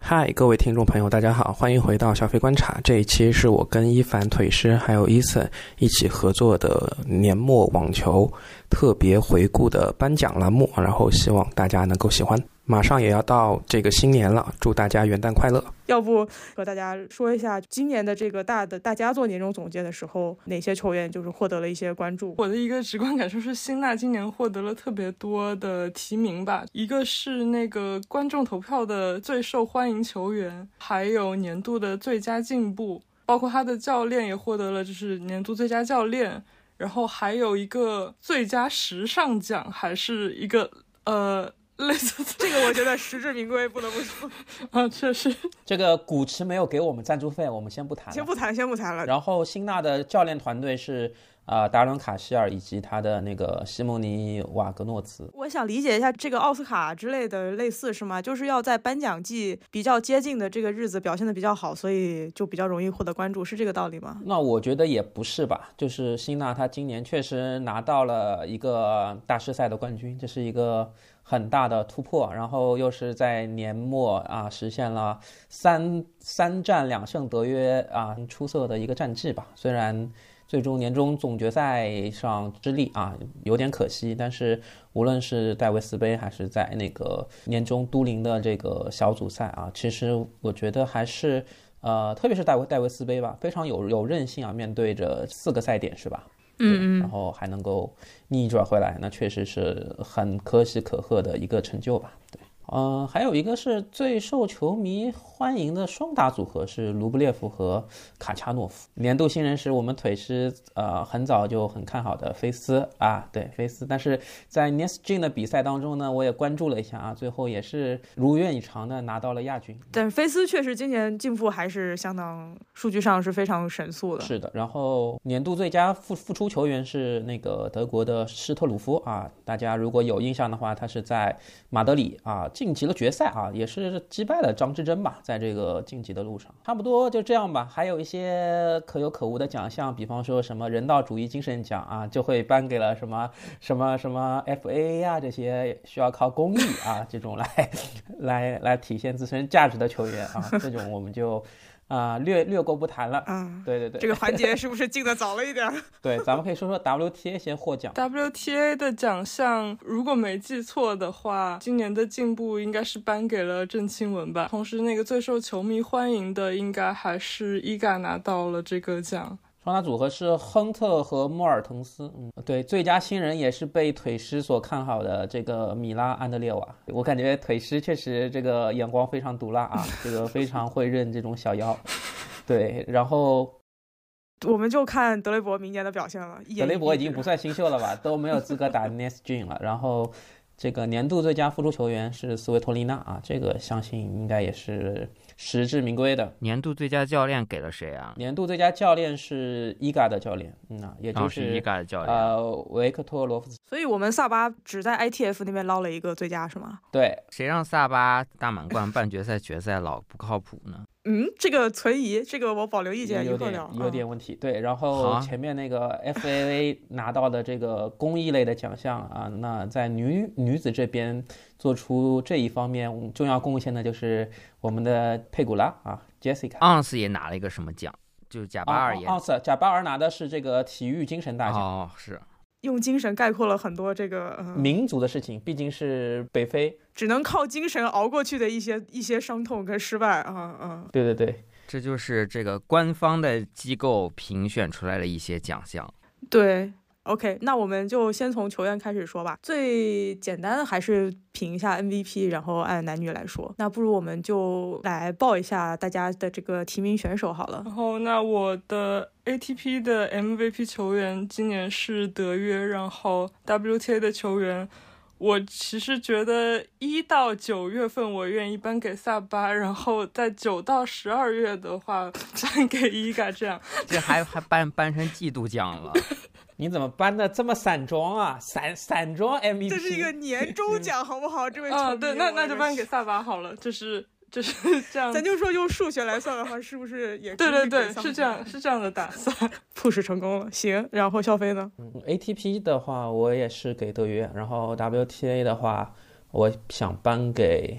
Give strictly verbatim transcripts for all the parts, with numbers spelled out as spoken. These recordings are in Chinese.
嗨，各位听众朋友，大家好，欢迎回到消费观察。这一期是我跟伊凡腿师还有伊森一起合作的年末网球特别回顾的颁奖栏目，然后希望大家能够喜欢。马上也要到这个新年了，祝大家元旦快乐。 要不和大家说一下今年的这个大的大家做年终总结的时候，哪些球员就是获得了一些关注。 我的一个直观感受是辛纳今年获得了特别多的提名吧，一个是那个观众投票的最受欢迎球员，还有年度的最佳进步，包括他的教练也获得了就是年度最佳教练，然后还有一个最佳时尚奖，还是一个呃类似这个我觉得实至名归，不得不说啊，确实。 这个古驰没有给我们赞助费，我们先不谈了， 先不谈，先不谈了。 然后辛纳的教练团队是呃达伦卡希尔以及他的那个西蒙尼瓦格诺茨。 我想理解一下，这个奥斯卡之类的类似是吗？就是要在颁奖季比较接近的这个日子表现的比较好，所以就比较容易获得关注，是这个道理吗？ 那我觉得也不是吧，就是辛纳他今年确实拿到了一个大师赛的冠军，这是一个很大的突破，然后又是在年末啊实现了三三战两胜得约啊出色的一个战绩吧。虽然最终年终总决赛上失利啊有点可惜，但是无论是戴维斯杯还是在那个年终都灵的这个小组赛啊，其实我觉得还是呃特别是戴维戴维斯杯吧，非常有有韧性啊，面对着四个赛点是吧？ 嗯嗯， 然后还能够逆转回来，那确实是很可喜可贺的一个成就吧。对，呃，还有一个是最受球迷欢迎的双打组合是卢布列夫和卡恰诺夫。年度新人是我们腿师呃很早就很看好的菲斯啊，对菲斯，但是在 N E S G 的比赛当中呢，我也关注了一下啊，最后也是如愿以偿的拿到了亚军。 但菲斯确实今年进步还是相当，数据上是非常神速的。 是的，然后年度最佳复复出球员是那个德国的施特鲁夫啊，大家如果有印象的话，他是在马德里啊晋级了决赛啊，也是击败了张之臻吧，在这个晋级的路上。差不多就这样吧，还有一些可有可无的奖项，比方说什么人道主义精神奖啊，就会颁给了什么什么什么 F A A 啊，这些需要靠公益啊这种来来来体现自身价值的球员啊，这种我们就啊、呃，略略过不谈了。 嗯， 对对对， 这个环节是不是进的早了一点？ 对，咱们可以说说 W T A 先获奖。 W T A 的奖项，如果没记错的话，今年的进步应该是颁给了郑钦文吧。同时，那个最受球迷欢迎的，应该还是伊嘎拿到了这个奖。 双打组合是亨特和莫尔滕斯，嗯，对，最佳新人也是被腿师所看好的这个米拉安德烈瓦。我感觉腿师确实这个眼光非常毒辣啊，这个非常会认这种小妖。对，然后我们就看德雷伯明年的表现了。 德雷伯已经不算新秀了吧，都没有资格打 N E S G 了。然后这个年度最佳复出球员是斯维托利娜啊，这个相信应该也是实至名归的。 年度最佳教练给了谁啊？ 年度最佳教练是伊嘎的教练，嗯啊，也就是、 哦、是伊嘎的教练， 呃，维克托罗夫斯。 所以我们萨巴只在 I T F 那边捞了一个最佳是吗？ 对， 谁让萨巴大满贯半决赛决赛老不靠谱呢？ 嗯，这个存疑，这个我保留意见， 有点有点问题。对，然后前面那个 F A A 拿到的这个公益类的奖项啊，那在女女子这边做出这一方面重要贡献的就是我们的佩古拉啊 ，Jessica。 昂斯也拿了一个什么奖？就是贾巴尔也。 昂斯贾巴尔拿的是这个体育精神大奖。 哦，是。 用精神概括了很多这个、 呃、民族的事情，毕竟是北非， 只能靠精神熬过去的一些一些伤痛跟失败啊啊！ 对对对， 这就是这个官方的机构评选出来的一些奖项。 对 ，OK， 那我们就先从球员开始说吧。最简单的还是评一下 M V P， 然后按男女来说。那不如我们就来报一下大家的这个提名选手好了。 然后，那我的 A T P 的 M V P 球员今年是德约，然后 W T A 的球员，我其实觉得一到九月份我愿意颁给萨巴，然后在九到十二月的话颁给伊嘎，这样。 这还还颁颁成季度奖了。 你怎么颁的这么散装啊？散散装 M V P， 这是一个年终奖，好不好？这位球迷， 啊，对，那那就颁给萨巴好了，就是就是这样。 咱就说用数学来算的话，是不是也？ 对对对，是这样，是这样的打算。 push 成功了，行。然后肖飞呢？ 嗯 ，A T P 的话，我也是给德约，然后 W T A 的话，我想颁给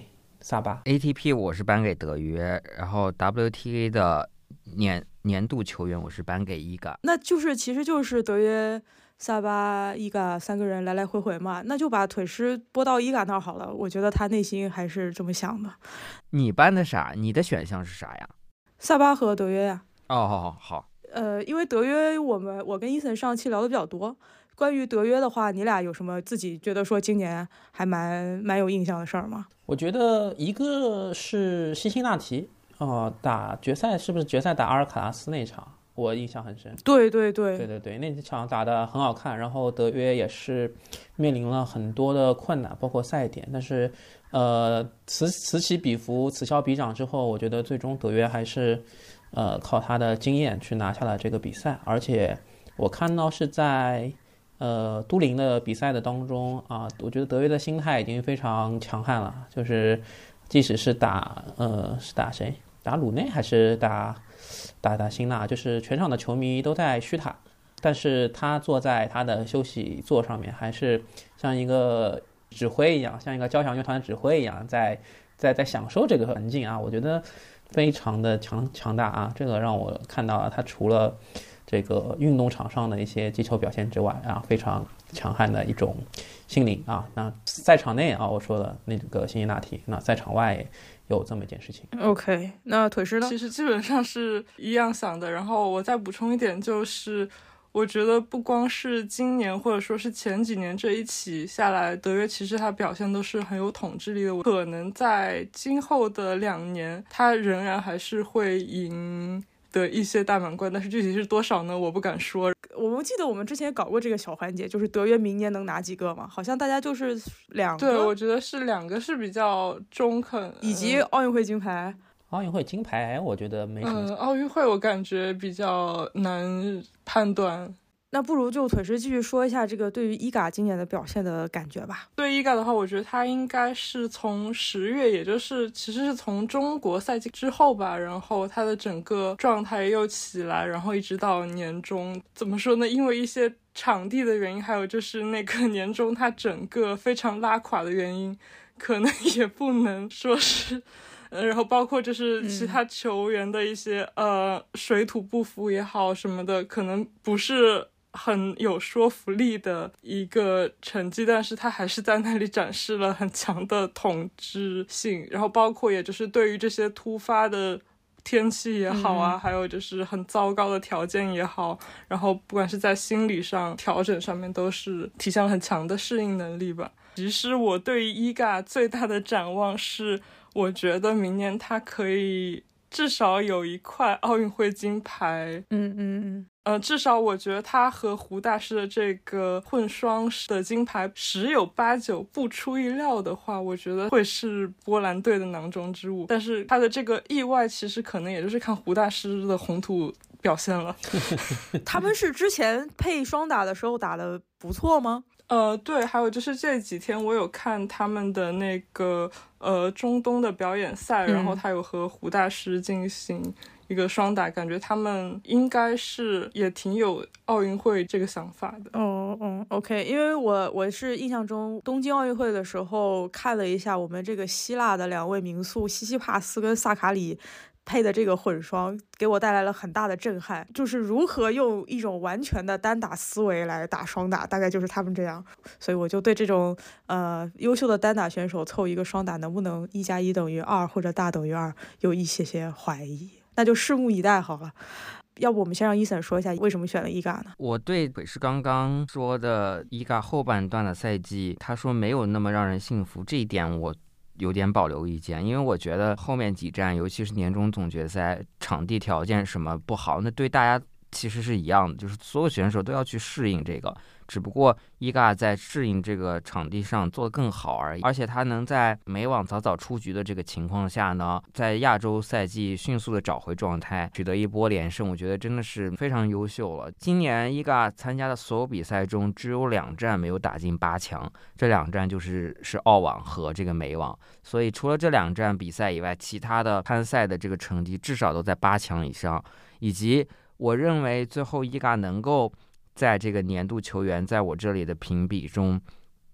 萨巴。 A T P 我是颁给德约，然后 W T A 的年年度球员我是颁给伊嘎。 那就是其实就是德约、萨巴、伊嘎三个人来来回回嘛，那就把腿师拨到伊嘎那儿好了。我觉得他内心还是这么想的。 你颁的啥？你的选项是啥呀？ 萨巴和德约呀、 啊。哦，好好好。 呃，因为德约我们我跟伊森上期聊的比较多，关于德约的话，你俩有什么自己觉得说今年还蛮蛮有印象的事儿吗？ 我觉得一个是辛辛那提哦，打决赛是不是决赛打阿尔卡拉斯那场，我印象很深。 对对对对对对，那场打得很好看，然后德约也是面临了很多的困难，包括赛点，但是呃此此起彼伏，此消彼长之后，我觉得最终德约还是呃靠他的经验去拿下了这个比赛，而且我看到是在呃都灵的比赛的当中啊，我觉得德约的心态已经非常强悍了，就是即使是打呃是打谁，打鲁内还是打打打辛纳，就是全场的球迷都在嘘他，但是他坐在他的休息座上面，还是像一个指挥一样，像一个交响乐团的指挥一样，在在在享受这个环境啊，我觉得非常的强强大啊，这个让我看到了他除了这个运动场上的一些击球表现之外啊，非常强悍的一种心灵啊。那在场内啊，我说了那个辛辛那提，那在场外有这么一件事情。 OK， 那腿师呢？ 其实基本上是一样想的，然后我再补充一点，就是我觉得不光是今年或者说是前几年这一起下来，德约其实他表现都是很有统治力的，可能在今后的两年他仍然还是会赢的一些大满贯，但是具体是多少呢，我不敢说。 我们记得我们之前搞过这个小环节，就是德约明年能拿几个嘛？好像大家就是两个。 对，我觉得是两个是比较中肯， 以及奥运会金牌。 奥运会金牌我觉得没什么。 嗯，奥运会我感觉比较难判断。 那不如就腿师继续说一下这个对于伊嘎今年的表现的感觉吧。 对伊嘎的话，我觉得他应该是从十月，也就是其实是从中国赛季之后吧，然后他的整个状态又起来，然后一直到年终，怎么说呢？因为一些场地的原因，还有就是那个年终他整个非常拉垮的原因，可能也不能说是。呃，然后包括就是其他球员的一些、嗯、呃水土不服也好什么的，可能不是很有说服力的一个成绩，但是他还是在那里展示了很强的统治性，然后包括也就是对于这些突发的天气也好啊、嗯、还有就是很糟糕的条件也好，然后不管是在心理上调整上面都是体现了很强的适应能力吧。其实我对于伊嘎最大的展望是，我觉得明年他可以至少有一块奥运会金牌。 嗯嗯嗯。 呃，至少我觉得他和胡大师的这个混双的金牌十有八九不出意料的话，我觉得会是波兰队的囊中之物。但是他的这个意外其实可能也就是看胡大师的红土表现了。 他们是之前配双打的时候打得不错吗？ 呃，对，还有就是这几天我有看他们的那个呃中东的表演赛、嗯、然后他有和胡大师进行一个双打，感觉他们应该是也挺有奥运会这个想法的。 哦哦 OK， 因为我我是印象中东京奥运会的时候看了一下我们这个希腊的两位名宿西西帕斯跟萨卡里配的这个混双，给我带来了很大的震撼，就是如何用一种完全的单打思维来打双打，大概就是他们这样。所以我就对这种呃优秀的单打选手凑一个双打能不能一加一等于二或者大等于二有一些些怀疑，那就拭目以待好了。要不我们先让伊森说一下为什么选了伊嘎呢？ 我对腿师刚刚说的伊嘎后半段的赛季，他说没有那么让人信服，这一点我有点保留意见，因为我觉得后面几站，尤其是年终总决赛，场地条件什么不好，那对大家其实是一样的，就是所有选手都要去适应这个，只不过伊嘎在适应这个场地上做得更好而已。而且他能在美网早早出局的这个情况下呢，在亚洲赛季迅速的找回状态，取得一波连胜，我觉得真的是非常优秀了。今年伊嘎参加的所有比赛中，只有两站没有打进八强，这两站就是是澳网和这个美网，所以除了这两站比赛以外，其他的参赛的这个成绩至少都在八强以上，以及我认为最后伊嘎能够在这个年度球员在我这里的评比中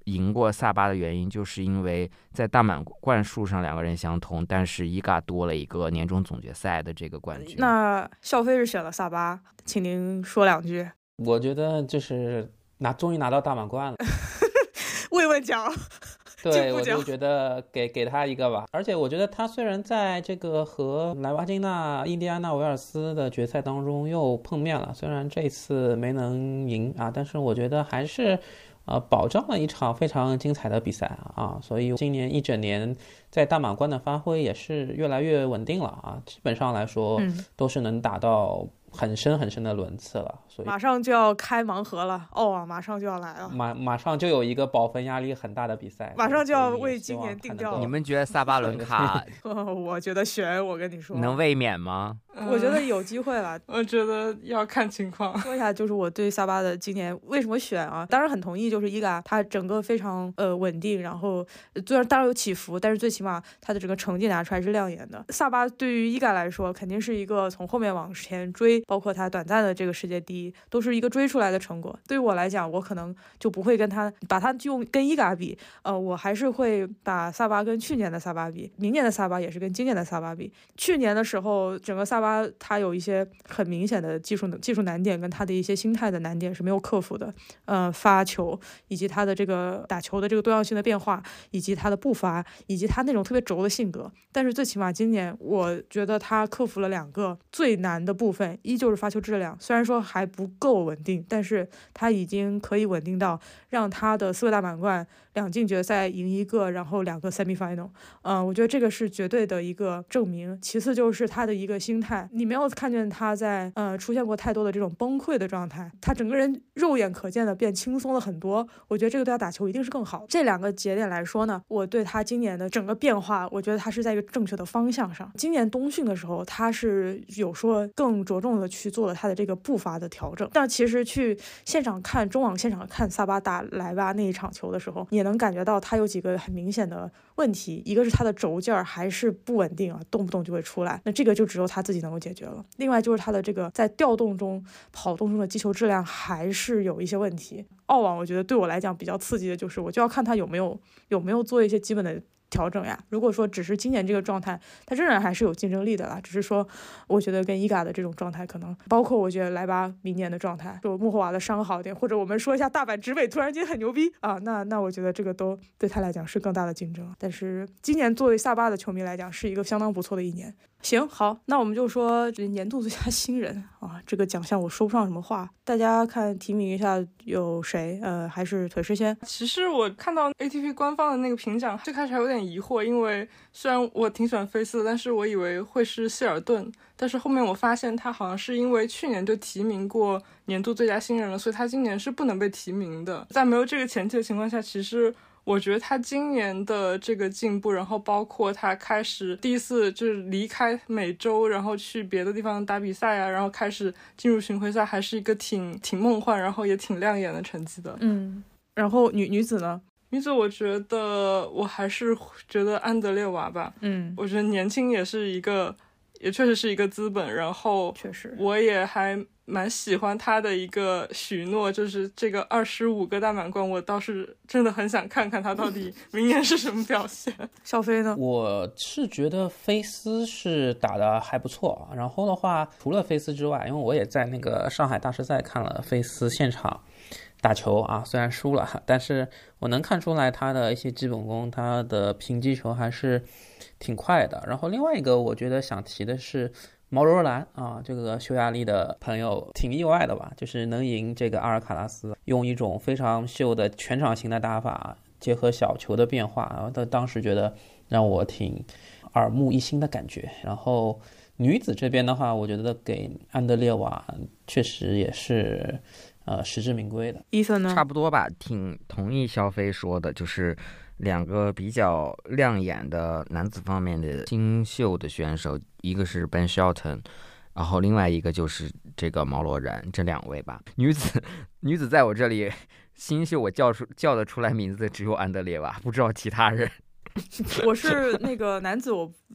赢过萨巴的原因，就是因为在大满贯数上两个人相同，但是伊嘎多了一个年终总决赛的这个冠军。 那笑飞是选了萨巴，请您说两句。 我觉得就是拿终于拿到大满贯了， 慰问奖。 对，我就觉得给给他一个吧。而且我觉得他虽然在这个和莱瓦金纳、印第安纳维尔斯的决赛当中又碰面了，虽然这次没能赢啊，但是我觉得还是呃保障了一场非常精彩的比赛啊。所以今年一整年在大满贯的发挥也是越来越稳定了啊，基本上来说都是能打到很深很深的轮次了，所以马上就要开盲盒了，哦啊，马上就要来了， 马马上就有一一个保分压力很大的比赛， 马上就要为今年定调了。 你们觉得萨巴伦卡我觉得悬，我跟你说能卫冕吗？ 我觉得有机会了， 我觉得要看情况。 说一下，就是我对萨巴的今年为什么选啊？当然很同意，就是伊嘎他整个非常呃稳定，然后虽然当然有起伏，但是最起码他的整个成绩拿出来是亮眼的。萨巴对于伊嘎来说，肯定是一个从后面往前追，包括他短暂的这个世界第一，都是一个追出来的成果。对于我来讲，我可能就不会跟他把他用跟伊嘎比，呃，我还是会把萨巴跟去年的萨巴比，明年的萨巴也是跟今年的萨巴比。去年的时候，整个萨巴他有一些很明显的技术技术难点，跟他的一些心态的难点是没有克服的，呃，发球以及他的这个打球的这个多样性的变化，以及他的步伐，以及他那种特别轴的性格。但是最起码今年，我觉得他克服了两个最难的部分，一就是发球质量，虽然说还不够稳定，但是他已经可以稳定到让他的四个大满贯两进决赛赢一个，然后两个 semifinal， 嗯、呃，我觉得这个是绝对的一个证明。其次就是他的一个心态，你没有看见他在呃出现过太多的这种崩溃的状态，他整个人肉眼可见的变轻松了很多。我觉得这个对他打球一定是更好。这两个节点来说呢，我对他今年的整个变化，我觉得他是在一个正确的方向上。今年冬训的时候，他是有说更着重的去做了他的这个步伐的调整，但其实去现场看中网现场看萨巴打莱巴那一场球的时候，也能感觉到他有几个很明显的问题，一个是他的轴劲儿还是不稳定啊，动不动就会出来，那这个就只有他自己能够解决了。另外就是他的这个在调动中跑动中的击球质量还是有一些问题。澳网我觉得对我来讲比较刺激的就是，我就要看他有没有有没有做一些基本的调整呀。如果说只是今年这个状态，他仍然还是有竞争力的啦，只是说我觉得跟伊嘎的这种状态可能，包括我觉得莱巴明年的状态，就穆霍娃的伤好一点，或者我们说一下大阪直美突然间很牛逼啊，那那我觉得这个都对他来讲是更大的竞争。但是今年作为萨巴的球迷来讲，是一个相当不错的一年。行，好，那我们就说这年度最佳新人啊，这个奖项我说不上什么话，大家看提名一下有谁？呃，还是腿师先。 其实我看到 A T P 官方的那个评奖，最开始还有点疑惑，因为虽然我挺喜欢菲斯的，但是我以为会是谢尔顿，但是后面我发现他好像是因为去年就提名过年度最佳新人了，所以他今年是不能被提名的。在没有这个前提的情况下，其实我觉得他今年的这个进步，然后包括他开始第一次就是离开美洲，然后去别的地方打比赛啊，然后开始进入巡回赛，还是一个挺挺梦幻，然后也挺亮眼的成绩的。 嗯，然后女女子呢？ 女子我觉得我还是觉得安德烈娃吧。 嗯， 我觉得年轻也是一个，也确实是一个资本，然后确实我也还蛮喜欢他的一个许诺，就是这个二十五个大满贯，我倒是真的很想看看他到底明年是什么表现。 肖飞呢？ 我是觉得菲斯是打得还不错，然后的话除了菲斯之外，因为我也在那个上海大师赛看了菲斯现场打球啊，虽然输了，但是我能看出来他的一些基本功，他的平击球还是挺快的。然后另外一个我觉得想提的是毛柔兰啊，这个匈牙利的朋友挺意外的吧，就是能赢这个阿尔卡拉斯，用一种非常秀的全场型的打法，结合小球的变化，然后他当时觉得让我挺耳目一新的感觉。然后女子这边的话，我觉得给安德烈娃确实也是呃实至名归的。 伊森呢？ 差不多吧，挺同意肖飞说的，就是两个比较亮眼的男子方面的新秀的选手，一个是 Ben Shelton， 然后另外一个就是这个毛罗然，这两位吧。女子女子在我这里新秀我叫出叫得出来名字的只有安德烈娃，不知道其他人。 我是那个男子，我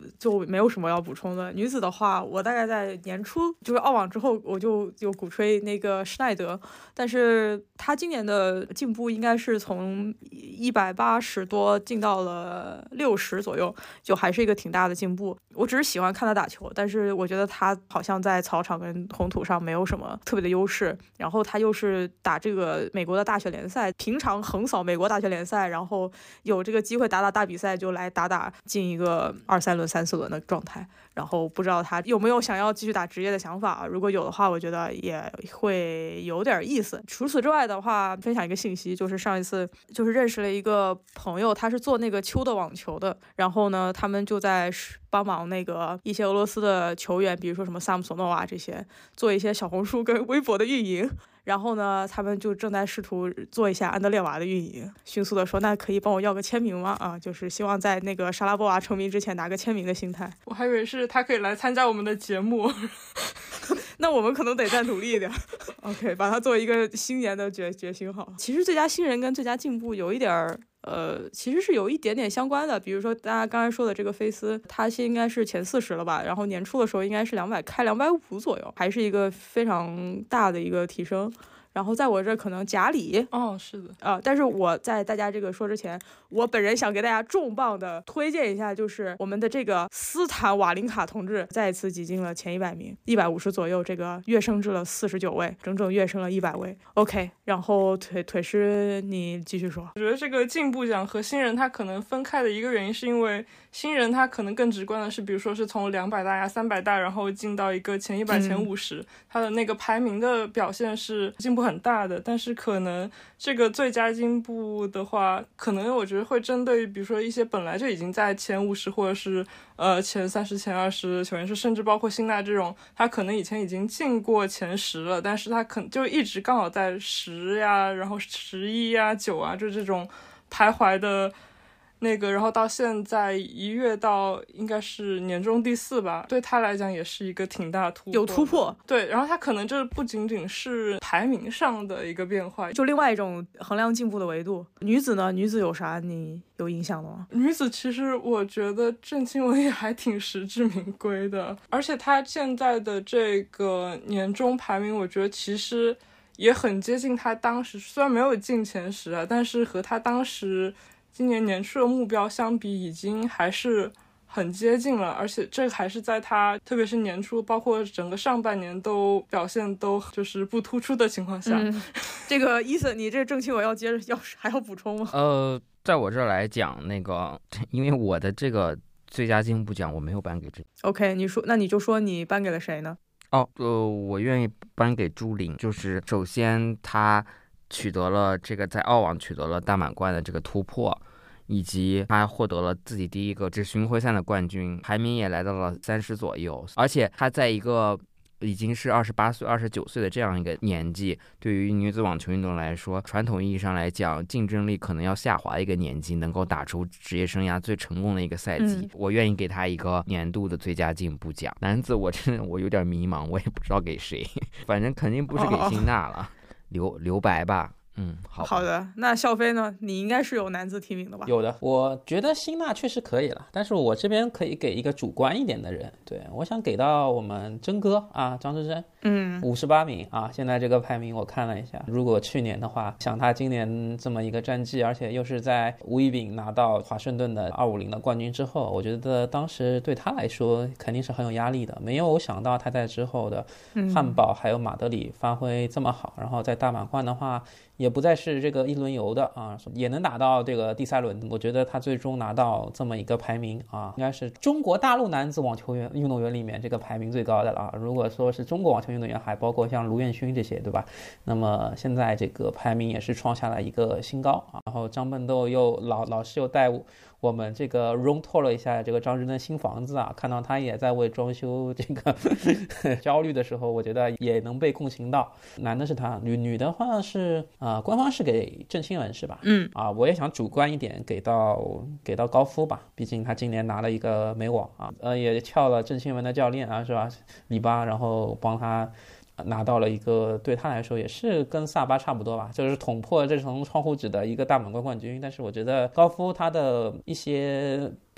就没有什么要补充的。女子的话，我大概在年初就是澳网之后，我就有鼓吹那个施耐德，但是她今年的进步应该是从一百八十多进到了六十左右，就还是一个挺大的进步。我只是喜欢看她打球，但是我觉得她好像在草场跟红土上没有什么特别的优势。然后她又是打这个美国的大学联赛，平常横扫美国大学联赛，然后有这个机会打打大比赛就来打打进一个二三轮三四轮的状态，然后不知道他有没有想要继续打职业的想法，如果有的话我觉得也会有点意思。除此之外的话，分享一个信息，就是上一次就是认识了一个朋友，他是做那个秋的网球的，然后呢他们就在帮忙那个一些俄罗斯的球员，比如说什么萨姆索诺啊这些，做一些小红书跟微博的运营，然后呢他们就正在试图做一下安德烈娃的运营，迅速的说那可以帮我要个签名吗？啊，就是希望在那个莎拉波娃成名之前拿个签名的心态。 我还以为是他可以来参加我们的节目那我们可能得再努力一点OK， 把它作为一个新年的决决心好。其实最佳新人跟最佳进步有一点儿呃，其实是有一点点相关的，比如说大家刚才说的这个菲斯，他现应该是前四十了吧，然后年初的时候应该是两百开两百五左右，还是一个非常大的一个提升。然后在我这可能贾里哦是的啊、呃，但是我在大家这个说之前，我本人想给大家重磅的推荐一下，就是我们的这个斯坦瓦林卡同志再一次挤进了前一百名，一百五十左右，这个跃升至了四十九位，整整跃升了一百位。OK， 然后腿腿师你继续说。 我觉得这个进步奖和新人他可能分开的一个原因，是因为新人他可能更直观的是，比如说是从两百大呀、三百大，然后进到一个前一百、前五十、嗯，他的那个排名的表现是进步很大的。但是可能这个最佳进步的话，可能我觉得会针对于比如说一些本来就已经在前五十或者是呃前三十、前二十球员，是甚至包括辛纳这种，他可能以前已经进过前十了，但是他可能就一直刚好在十呀，然后十一呀、九啊，就这种徘徊的。那个，然后到现在一跃到应该是年终第四吧，对他来讲也是一个挺大突破， 有突破。 对，然后他可能这不仅仅是排名上的一个变化， 就另外一种衡量进步的维度。女子呢？女子有啥你有印象的吗？ 女子其实我觉得郑钦文也还挺实至名归的，而且她现在的这个年终排名，我觉得其实也很接近她当时，虽然没有进前十啊，但是和她当时今年年初的目标相比已经还是很接近了，而且这还是在他特别是年初包括整个上半年都表现都就是不突出的情况下、 嗯、这个伊森你这郑钦文要接着要还要补充吗？ 呃在我这儿来讲，那个因为我的这个最佳进步奖我没有颁给这 OK， 你说那你就说你颁给了谁呢？ 哦呃我愿意颁给朱琳，就是首先他取得了这个在澳网取得了大满贯的这个突破，以及他获得了自己第一个这巡回赛的冠军，排名也来到了三十左右，而且他在一个已经是二十八岁、二十九岁的这样一个年纪，对于女子网球运动来说，传统意义上来讲，竞争力可能要下滑一个年纪，能够打出职业生涯最成功的一个赛季、嗯、我愿意给他一个年度的最佳进步奖。男子我真的我有点迷茫，我也不知道给谁，反正肯定不是给辛纳了，哦、刘刘白吧。嗯，好好的，那笑飞呢？你应该是有男子提名的吧？ 有的，我觉得辛纳确实可以了，但是我这边可以给一个主观一点的人，对，我想给到我们真哥啊，张之臻， 嗯， 五十八名啊，现在这个排名我看了一下，如果去年的话，像他今年这么一个战绩，而且又是在吴一丙拿到华盛顿的二五零的冠军之后，我觉得当时对他来说肯定是很有压力的，没有想到他在之后的汉堡还有马德里发挥这么好，然后在大满贯的话。也不再是这个一轮游的啊，也能打到这个第三轮。我觉得他最终拿到这么一个排名啊，应该是中国大陆男子网球员运动员里面这个排名最高的了啊。如果说是中国网球运动员，还包括像卢彦勋这些，对吧？那么现在这个排名也是创下了一个新高啊。然后张本豆又老老师又带我们这个 room tour 了一下这个张之臻新房子啊，看到他也在为装修这个焦虑的时候，我觉得也能被共情到。男的是他，女女的话是啊、呃，官方是给郑钦文是吧？ 嗯啊，我也想主观一点，给到给到高夫吧，毕竟他今年拿了一个美网啊，呃，也撬了郑钦文的教练啊，是吧？里巴，然后帮他。拿到了一个对他来说也是跟萨巴差不多吧，就是捅破这层窗户纸的一个大满贯冠军。但是我觉得高夫他的一些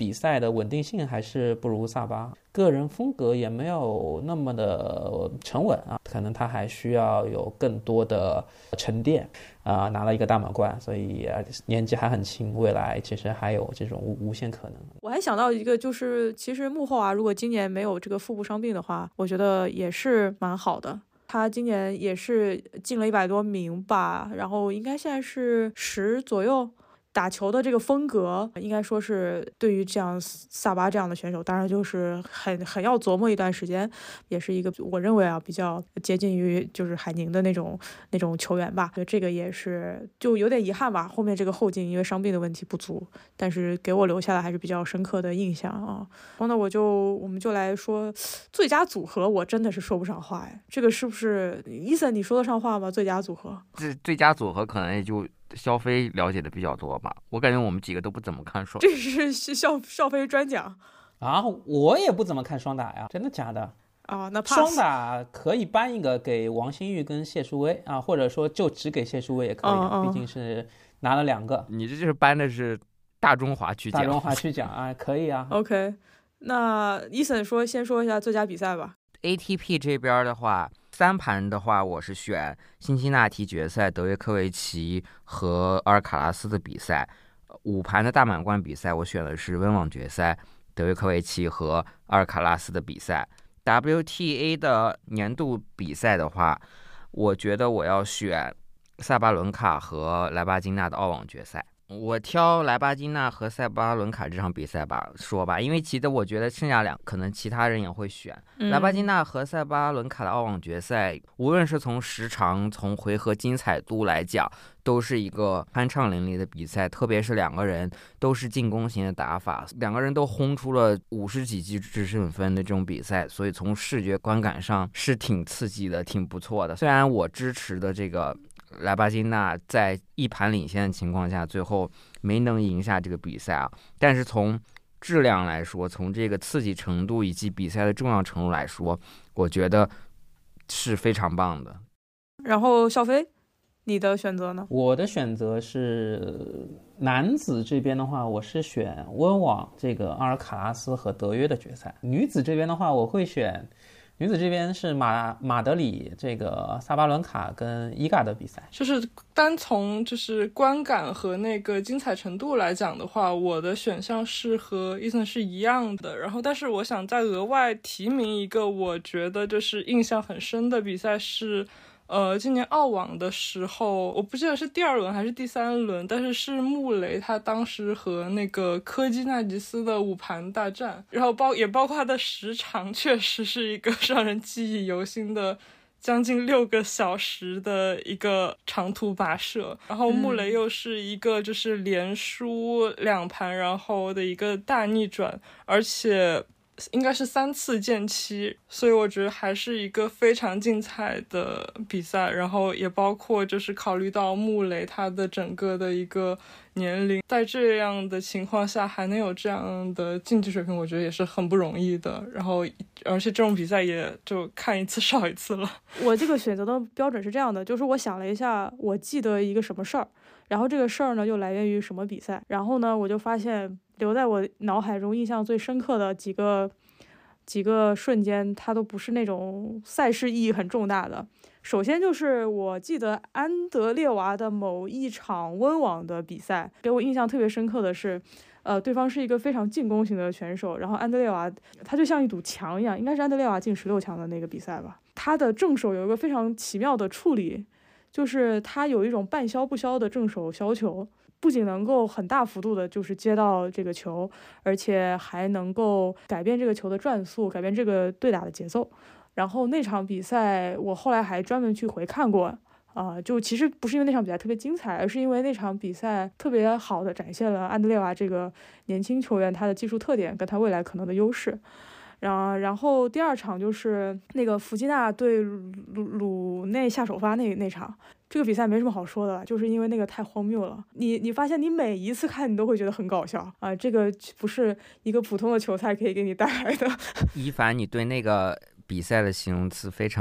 比赛的稳定性还是不如萨巴，个人风格也没有那么的沉稳啊，可能他还需要有更多的沉淀啊、呃，拿了一个大满贯，所以、呃、年纪还很轻，未来其实还有这种无无限可能。 我还想到一个，就是其实穆后啊，如果今年没有这个腹部伤病的话，我觉得也是蛮好的。他今年也是进了一百多名吧，然后应该现在是十左右。打球的这个风格应该说是对于这样萨巴这样的选手，当然就是很很要琢磨一段时间，也是一个我认为啊比较接近于就是海宁的那种那种球员吧。这个也是就有点遗憾吧，后面这个后劲因为伤病的问题不足，但是给我留下的还是比较深刻的印象啊。然后呢，我就我们就来说最佳组合，我真的是说不上话哎，这个是不是伊森你说得上话吗？最佳组合， 这最佳组合可能也就肖飞了解的比较多吧，我感觉我们几个都不怎么看双， 这是肖肖飞专讲啊，我也不怎么看双打呀，真的假的啊？那 pass 双打可以颁一个给王欣玉跟谢淑薇啊，或者说就只给谢淑薇也可以、啊， 嗯嗯、 毕竟是拿了两个。 你这就是颁的是大中华区奖， 大中华区奖啊，可以啊。 OK， 那伊森说先说一下最佳比赛吧。 A T P 这边的话，三盘的话，我是选辛辛那提决赛德约科维奇和阿尔卡拉斯的比赛；五盘的大满贯比赛，我选的是温网决赛德约科维奇和阿尔卡拉斯的比赛。W T A 的年度比赛的话，我觉得我要选萨巴伦卡和莱巴金娜的澳网决赛。我挑莱巴金娜和塞巴伦卡这场比赛吧说吧，因为其实我觉得剩下两可能其他人也会选、嗯、莱巴金娜和塞巴伦卡的澳网决赛，无论是从时长从回合精彩度来讲，都是一个酣畅淋漓的比赛，特别是两个人都是进攻型的打法，两个人都轰出了五十几记制胜分的这种比赛，所以从视觉观感上是挺刺激的，挺不错的。虽然我支持的这个莱巴金娜在一盘领先的情况下最后没能赢下这个比赛啊，但是从质量来说，从这个刺激程度以及比赛的重要程度来说，我觉得是非常棒的。 然后小飞你的选择呢？ 我的选择是男子这边的话，我是选温网这个阿尔卡拉斯和德约的决赛。女子这边的话，我会选女子这边是马马德里这个萨巴伦卡跟伊嘎的比赛。 就是单从就是观感和那个精彩程度来讲的话，我的选项是和伊森是一样的。然后但是我想再额外提名一个我觉得就是印象很深的比赛是呃，今年澳网的时候，我不记得是第二轮还是第三轮，但是是穆雷他当时和那个科基纳吉斯的五盘大战，然后包也包括他的时长，确实是一个让人记忆犹新的将近六个小时的一个长途跋涉。然后穆雷又是一个就是连输两盘然后的一个大逆转，而且应该是三次见期，所以我觉得还是一个非常精彩的比赛。然后也包括就是考虑到穆雷他的整个的一个年龄，在这样的情况下还能有这样的竞技水平，我觉得也是很不容易的。然后而且这种比赛也就看一次少一次了。 我这个选择的标准是这样的，就是我想了一下我记得一个什么事儿，然后这个事儿呢又来源于什么比赛，然后呢我就发现留在我脑海中印象最深刻的几个几个瞬间，它都不是那种赛事意义很重大的。首先就是我记得安德烈娃的某一场温网的比赛，给我印象特别深刻的是呃，对方是一个非常进攻型的选手，然后安德烈娃他就像一堵墙一样，应该是安德烈娃进十六强的那个比赛吧，他的正手有一个非常奇妙的处理，就是他有一种半削不削的正手削球，不仅能够很大幅度的就是接到这个球，而且还能够改变这个球的转速，改变这个对打的节奏。然后那场比赛我后来还专门去回看过啊、呃，就其实不是因为那场比赛特别精彩，而是因为那场比赛特别好的展现了安德烈娃这个年轻球员他的技术特点跟他未来可能的优势。然然后第二场就是那个弗吉纳对鲁鲁内下首发那那场，这个比赛没什么好说的，就是因为那个太荒谬了。你你发现你每一次看你都会觉得很搞笑啊，这个不是一个普通的球赛可以给你带来的。 一凡，你对那个比赛的形容词非常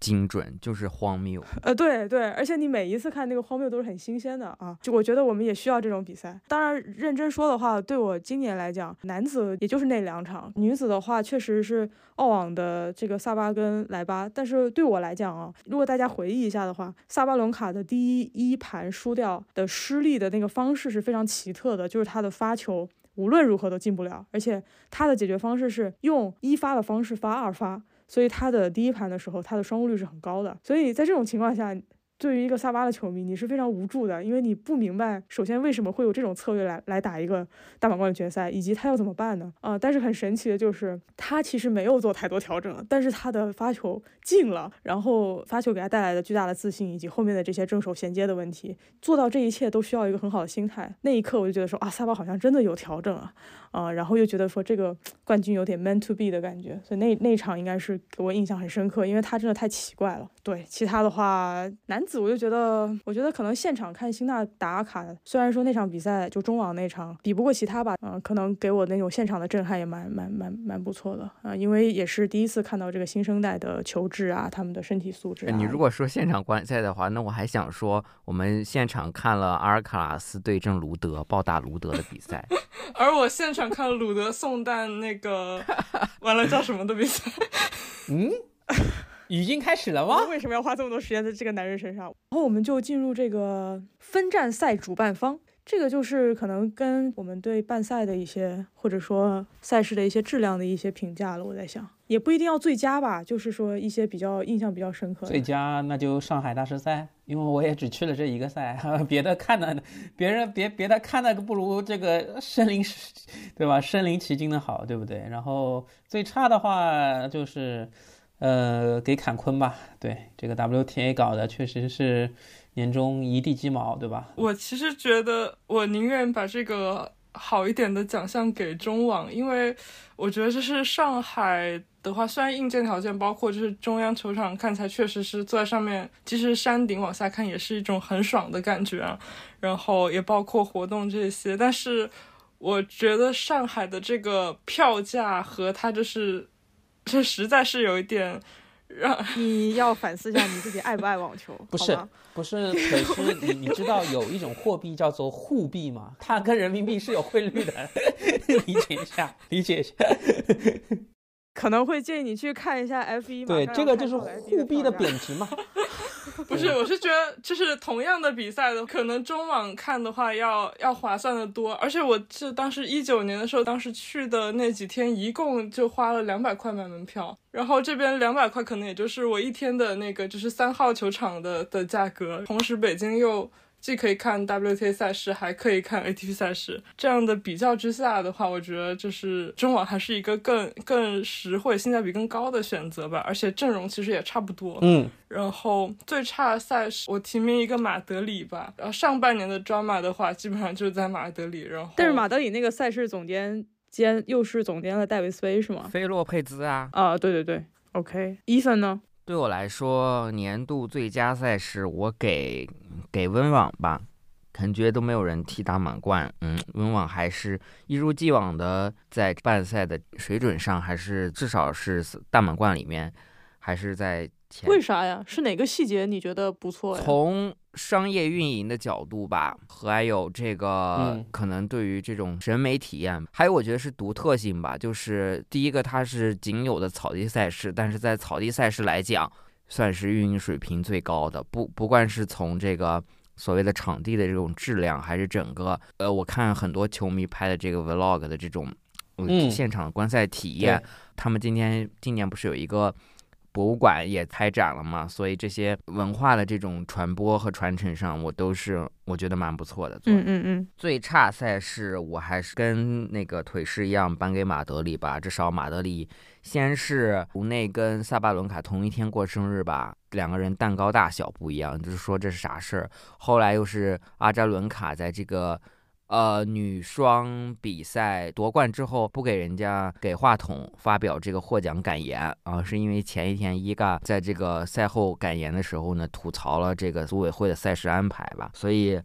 精准，就是荒谬。 呃，对对，而且你每一次看那个荒谬都是很新鲜的啊，就我觉得我们也需要这种比赛。当然，认真说的话，对我今年来讲，男子也就是那两场，女子的话确实是澳网的这个萨巴跟莱巴，但是对我来讲啊，如果大家回忆一下的话，萨巴伦卡的第一一盘输掉的失利的那个方式是非常奇特的，就是他的发球无论如何都进不了，而且他的解决方式是用一发的方式发二发，所以他的第一盘的时候他的双误率是很高的。所以在这种情况下，对于一个萨巴的球迷，你是非常无助的，因为你不明白首先为什么会有这种策略来来打一个大满贯的决赛，以及他要怎么办呢？啊、呃，但是很神奇的就是他其实没有做太多调整，但是他的发球进了，然后发球给他带来的巨大的自信，以及后面的这些正手衔接的问题，做到这一切都需要一个很好的心态。那一刻我就觉得说啊，萨巴好像真的有调整啊，啊、呃，然后又觉得说这个冠军有点 meant to be 的感觉，所以那那一场应该是给我印象很深刻，因为他真的太奇怪了。对，其他的话，男子我就觉得，我觉得可能现场看辛纳打阿卡，虽然说那场比赛就中网那场比不过其他吧，嗯、呃，可能给我那种现场的震撼也蛮蛮蛮蛮不错的啊、呃，因为也是第一次看到这个新生代的球质啊，他们的身体素质、啊。 你如果说现场观赛的话，那我还想说，我们现场看了阿尔卡拉斯对阵卢德暴打卢德的比赛， 而我现场看了鲁德送蛋那个完了叫什么的比赛。 嗯。已经开始了吗？ 为什么要花这么多时间在这个男人身上？然后我们就进入这个分站赛主办方，这个就是可能跟我们对办赛的一些或者说赛事的一些质量的一些评价了。我在想，也不一定要最佳吧，就是说一些比较印象比较深刻的。 最佳那就上海大师赛，因为我也只去了这一个赛，别的看的别人别别的看的不如这个身临对吧？身临其境的好，对不对？然后最差的话就是。呃，给坎昆吧，对这个 W T A 搞的确实是年终一地鸡毛，对吧？ 我其实觉得我宁愿把这个好一点的奖项给中网，因为我觉得这是上海的话，虽然硬件条件包括就是中央球场看起来确实是坐在上面，其实山顶往下看也是一种很爽的感觉啊，然后也包括活动这些，但是我觉得上海的这个票价和它就是这实在是有一点让你要反思一下你自己爱不爱网球。 不是不是，可是你你知道有一种货币叫做沪币吗？它跟人民币是有汇率的，理解一下，理解一下。 可能会建议你去看一下 F 一。 对，这个就是沪币的贬值嘛。 不是，我是觉得就是同样的比赛的，可能中网看的话要要划算的多。而且我是当时一九年的时候，当时去的那几天，一共就花了两百块买门票，然后这边两百块可能也就是我一天的那个就是三号球场的的价格，同时北京又既可以看 W T A 赛事，还可以看 A T P 赛事，这样的比较之下的话，我觉得就是中网还是一个更更实惠、性价比更高的选择吧。而且阵容其实也差不多。 嗯。 然后最差的赛事，我提名一个马德里吧。然后上半年的 drama 的话，基本上就是在马德里。然后， 但是马德里那个赛事总监兼又是总监的戴维斯杯是吗？ 菲洛佩兹啊。 啊，对对对 ，OK。伊森呢？ 对我来说，年度最佳赛事我给给温网吧，感觉都没有人踢大满贯。嗯，温网还是一如既往的在办赛的水准上，还是至少是大满贯里面还是在前。 为啥呀？是哪个细节你觉得不错呀？ 从商业运营的角度吧，和还有这个、嗯、可能对于这种审美体验，还有我觉得是独特性吧。就是第一个，它是仅有的草地赛事，但是在草地赛事来讲，算是运营水平最高的。不不管是从这个所谓的场地的这种质量，还是整个呃，我看很多球迷拍的这个 vlog 的这种、呃、现场观赛体验，嗯、他们今天今年不是有一个博物馆也开展了嘛，所以这些文化的这种传播和传承上，我都是我觉得蛮不错的。 嗯嗯嗯。 最差赛事我还是跟那个腿师一样颁给马德里吧，至少马德里先是吴内跟萨巴伦卡同一天过生日吧，两个人蛋糕大小不一样，就是说这是啥事儿。后来又是阿扎伦卡在这个呃，女双比赛夺冠之后不给人家给话筒发表这个获奖感言啊，是因为前一天伊嘎在这个赛后感言的时候呢，吐槽了这个组委会的赛事安排吧。所以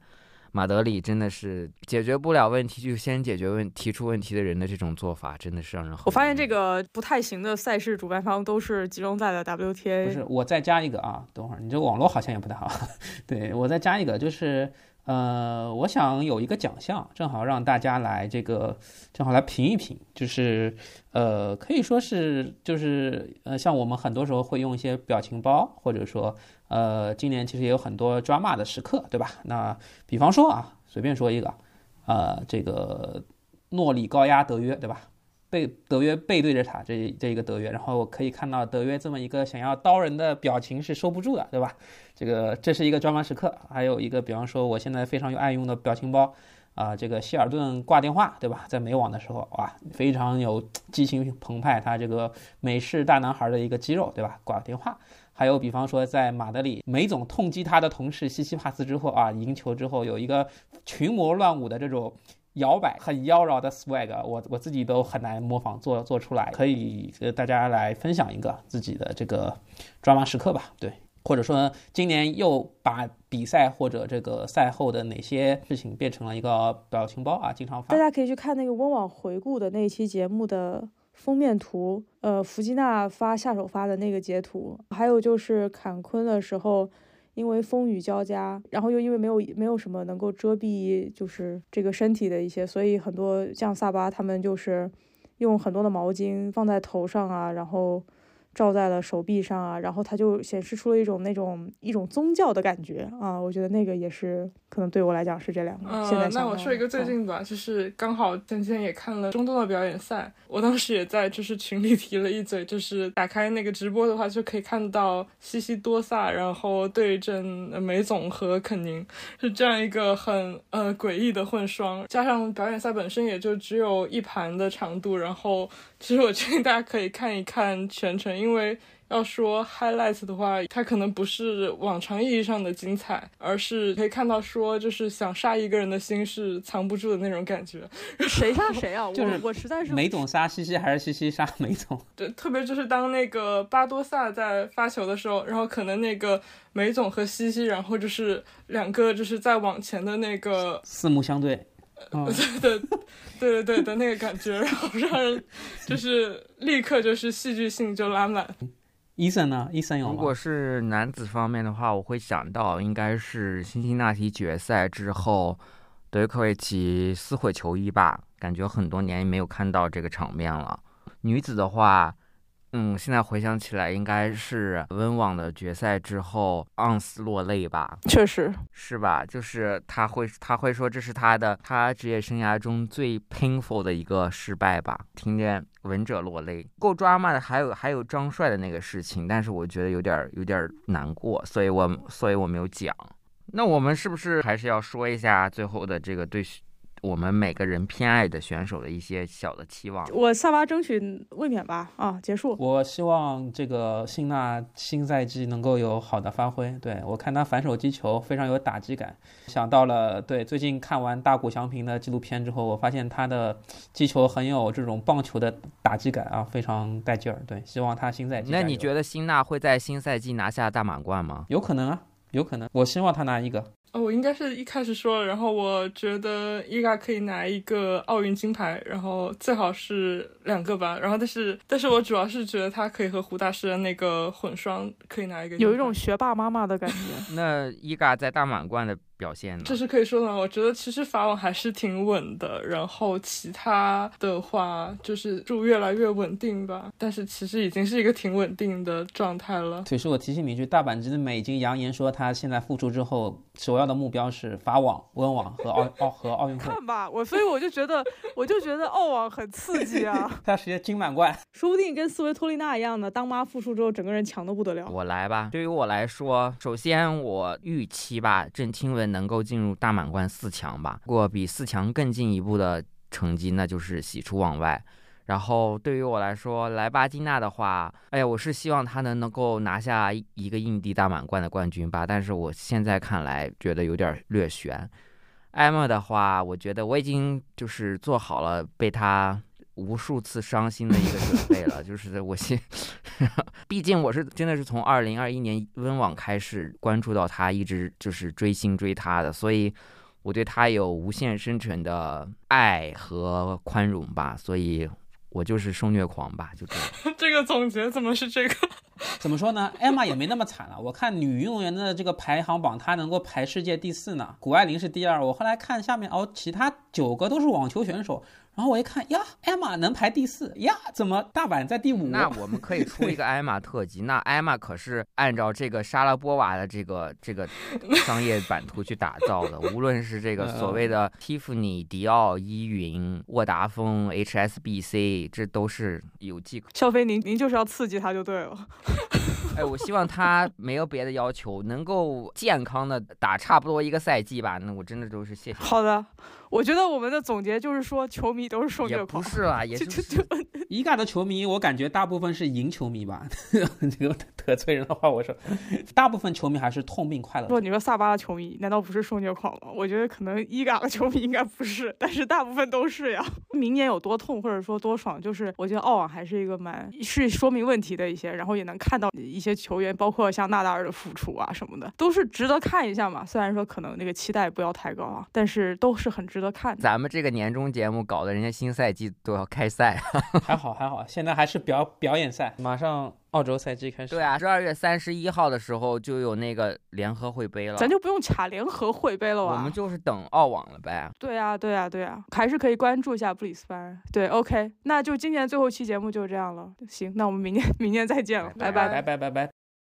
马德里真的是解决不了问题就先解决问提出问题的人的这种做法，真的是让人很。 我发现这个不太行的赛事主办方都是集中在了 W T A。 不是，我再加一个啊，等会儿你这个网络好像也不太好。对，我再加一个，就是呃，我想有一个奖项，正好让大家来这个正好来评一评，就是呃，可以说是就是呃，像我们很多时候会用一些表情包，或者说呃，今年其实也有很多 drama 的时刻，对吧？那比方说啊，随便说一个，呃，这个诺里高压德约，对吧？背德约背对着他这这一个德约，然后我可以看到德约这么一个想要刀人的表情是收不住的，对吧？这个这是一个专门时刻。还有一个比方说我现在非常有爱用的表情包啊、呃，这个希尔顿挂电话，对吧？在美网的时候哇，非常有激情澎湃，他这个美式大男孩的一个肌肉，对吧？挂电话。还有比方说在马德里梅总痛击他的同事西西帕斯之后啊，赢球之后有一个群魔乱舞的这种摇摆很妖娆的 swag， 我我自己都很难模仿做做出来，可以和大家来分享一个自己的这个抓马时刻吧，对，或者说今年又把比赛或者这个赛后的哪些事情变成了一个表情包啊，经常发。 大家可以去看那个温网回顾的那一期节目的封面图，呃，弗吉娜发下手发的那个截图，还有就是坎昆的时候。因为风雨交加，然后又因为没有没有什么能够遮蔽就是这个身体的一些，所以很多像萨巴他们就是用很多的毛巾放在头上啊，然后罩在了手臂上啊，然后它就显示出了一种那种一种宗教的感觉啊，我觉得那个也是可能对我来讲是这两个。呃、现在那我说一个最近吧，嗯、就是刚好前几天也看了中东的表演赛，我当时也在就是群里提了一嘴，就是打开那个直播的话就可以看到西西多萨然后对阵梅总和肯宁，是这样一个很呃诡异的混双，加上表演赛本身也就只有一盘的长度，然后其实我建议大家可以看一看全程，因为要说 highlight 的话，它可能不是往常意义上的精彩，而是可以看到说就是想杀一个人的心是藏不住的那种感觉。 谁杀谁啊？ 就是我我实在是梅总杀西西还是西西杀梅总？ 对，特别就是当那个巴多萨在发球的时候，然后可能那个梅总和西西，然后就是两个就是在往前的那个四目相对。 哦、对对对对的那个感觉，然后让人就是立刻就是戏剧性就拉满。 伊森呢？伊森有吗？ 如果是男子方面的话，我会想到应该是辛辛那提决赛之后德约科维奇撕毁球衣吧，感觉很多年没有看到这个场面了。女子的话，嗯，现在回想起来应该是温网的决赛之后昂斯落泪吧， 确实是吧？就是他会他会说这是他的他职业生涯中最 painful 的一个失败吧，听见闻者落泪。够drama的还有还有张帅的那个事情，但是我觉得有点有点难过，所以我所以我没有讲。那我们是不是还是要说一下最后的这个对我们每个人偏爱的选手的一些小的期望？ 我萨巴争取卫冕吧。啊，结束。 我希望这个辛纳新赛季能够有好的发挥。对，我看他反手击球非常有打击感，想到了对最近看完大谷翔平的纪录片之后，我发现他的击球很有这种棒球的打击感啊，非常带劲儿。对，希望他新赛季。 那你觉得辛纳会在新赛季拿下大满贯吗？ 有可能啊，有可能。我希望他拿一个。 哦，我应该是一开始说了，然后我觉得伊嘎可以拿一个奥运金牌，然后最好是两个吧，然后但是但是我主要是觉得他可以和胡大师的那个混双可以拿一个金牌， 有一种学霸妈妈的感觉。 那伊嘎在大满贯的表现呢？ 这是可以说的，我觉得其实法网还是挺稳的，然后其他的话就是就越来越稳定吧，但是其实已经是一个挺稳定的状态了。 腿是我提醒你一句，大阪直美已经扬言说他现在复出之后首要的目标是法网、温网和奥奥和奥运会。 看吧，我所以我就觉得我就觉得澳网很刺激啊。 他直接金满贯， 说不定跟斯维托利娜一样的，当妈复出之后整个人强得不得了。 我来吧，对于我来说，首先我预期吧郑钦文能够进入大满贯四强吧，如果比四强更进一步的成绩那就是喜出望外。然后对于我来说，莱巴金娜的话，哎呀，我是希望她能能够拿下一个印地大满贯的冠军吧，但是我现在看来觉得有点略悬。艾玛的话，我觉得我已经就是做好了被她无数次伤心的一个准备了，就是我现，毕竟我是真的是从二零二一年温网开始关注到她，一直就是追星追她的，所以。 我对他有无限深沉的爱和宽容吧，所以我就是受虐狂吧，就这样。 这个总结怎么是这个？ 怎么说呢？艾玛也没那么惨了。我看女运动员的这个排行榜，她能够排世界第四呢，谷爱凌是第二。我后来看下面哦，其他九个都是网球选手。然后我一看呀，艾玛能排第四呀，怎么大阪在第五？ 那我们可以出一个艾玛特辑。那艾玛可是按照这个莎拉波娃的这个这个商业版图去打造的，无论是这个所谓的蒂芙尼、迪奥、依云、沃达丰、H S B C， 这都是有迹可。 肖飞，您您就是要刺激他就对了。 哎，我希望他没有别的要求，能够健康的打差不多一个赛季吧。那我真的都是谢谢。 好的，我觉得我们的总结就是说，球迷都是受虐狂。 也不是啦，也就是伊嘎的球迷，我感觉大部分是赢球迷吧。这个得罪人的话，我说，大部分球迷还是痛并快乐。 说你说萨巴的球迷难道不是受虐狂吗？我觉得可能伊嘎的球迷应该不是，但是大部分都是呀。明年有多痛或者说多爽，就是我觉得澳网还是一个蛮是说明问题的一些，然后也能看到一些球员，包括像纳达尔的复出啊什么的，都是值得看一下嘛。虽然说可能那个期待不要太高啊，但是都是很值得看的。 咱们这个年终节目搞得人家新赛季都要开赛， 还好还好，现在还是表表演赛，马上澳洲赛季开始。 对啊，十二月三十一号的时候就有那个联合会杯了， 咱就不用卡联合会杯了吧？ 我们就是等澳网了呗。 对啊，对啊，对啊，还是可以关注一下布里斯班。对 ，OK， 那就今年最后期节目就这样了。行，那我们明年明年再见了，拜拜拜拜拜拜。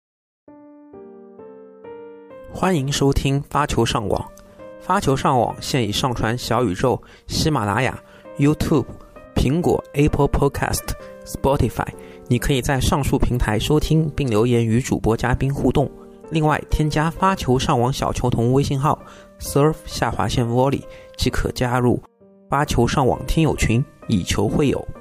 欢迎收听发球上网。发球上网现已上传小宇宙、喜马拉雅、YouTube、苹果 Apple Podcast、Spotify， 你可以在上述平台收听并留言与主播嘉宾互动。另外，添加发球上网小球童微信号 surf 下划线 volley 即可加入发球上网听友群，以球会友。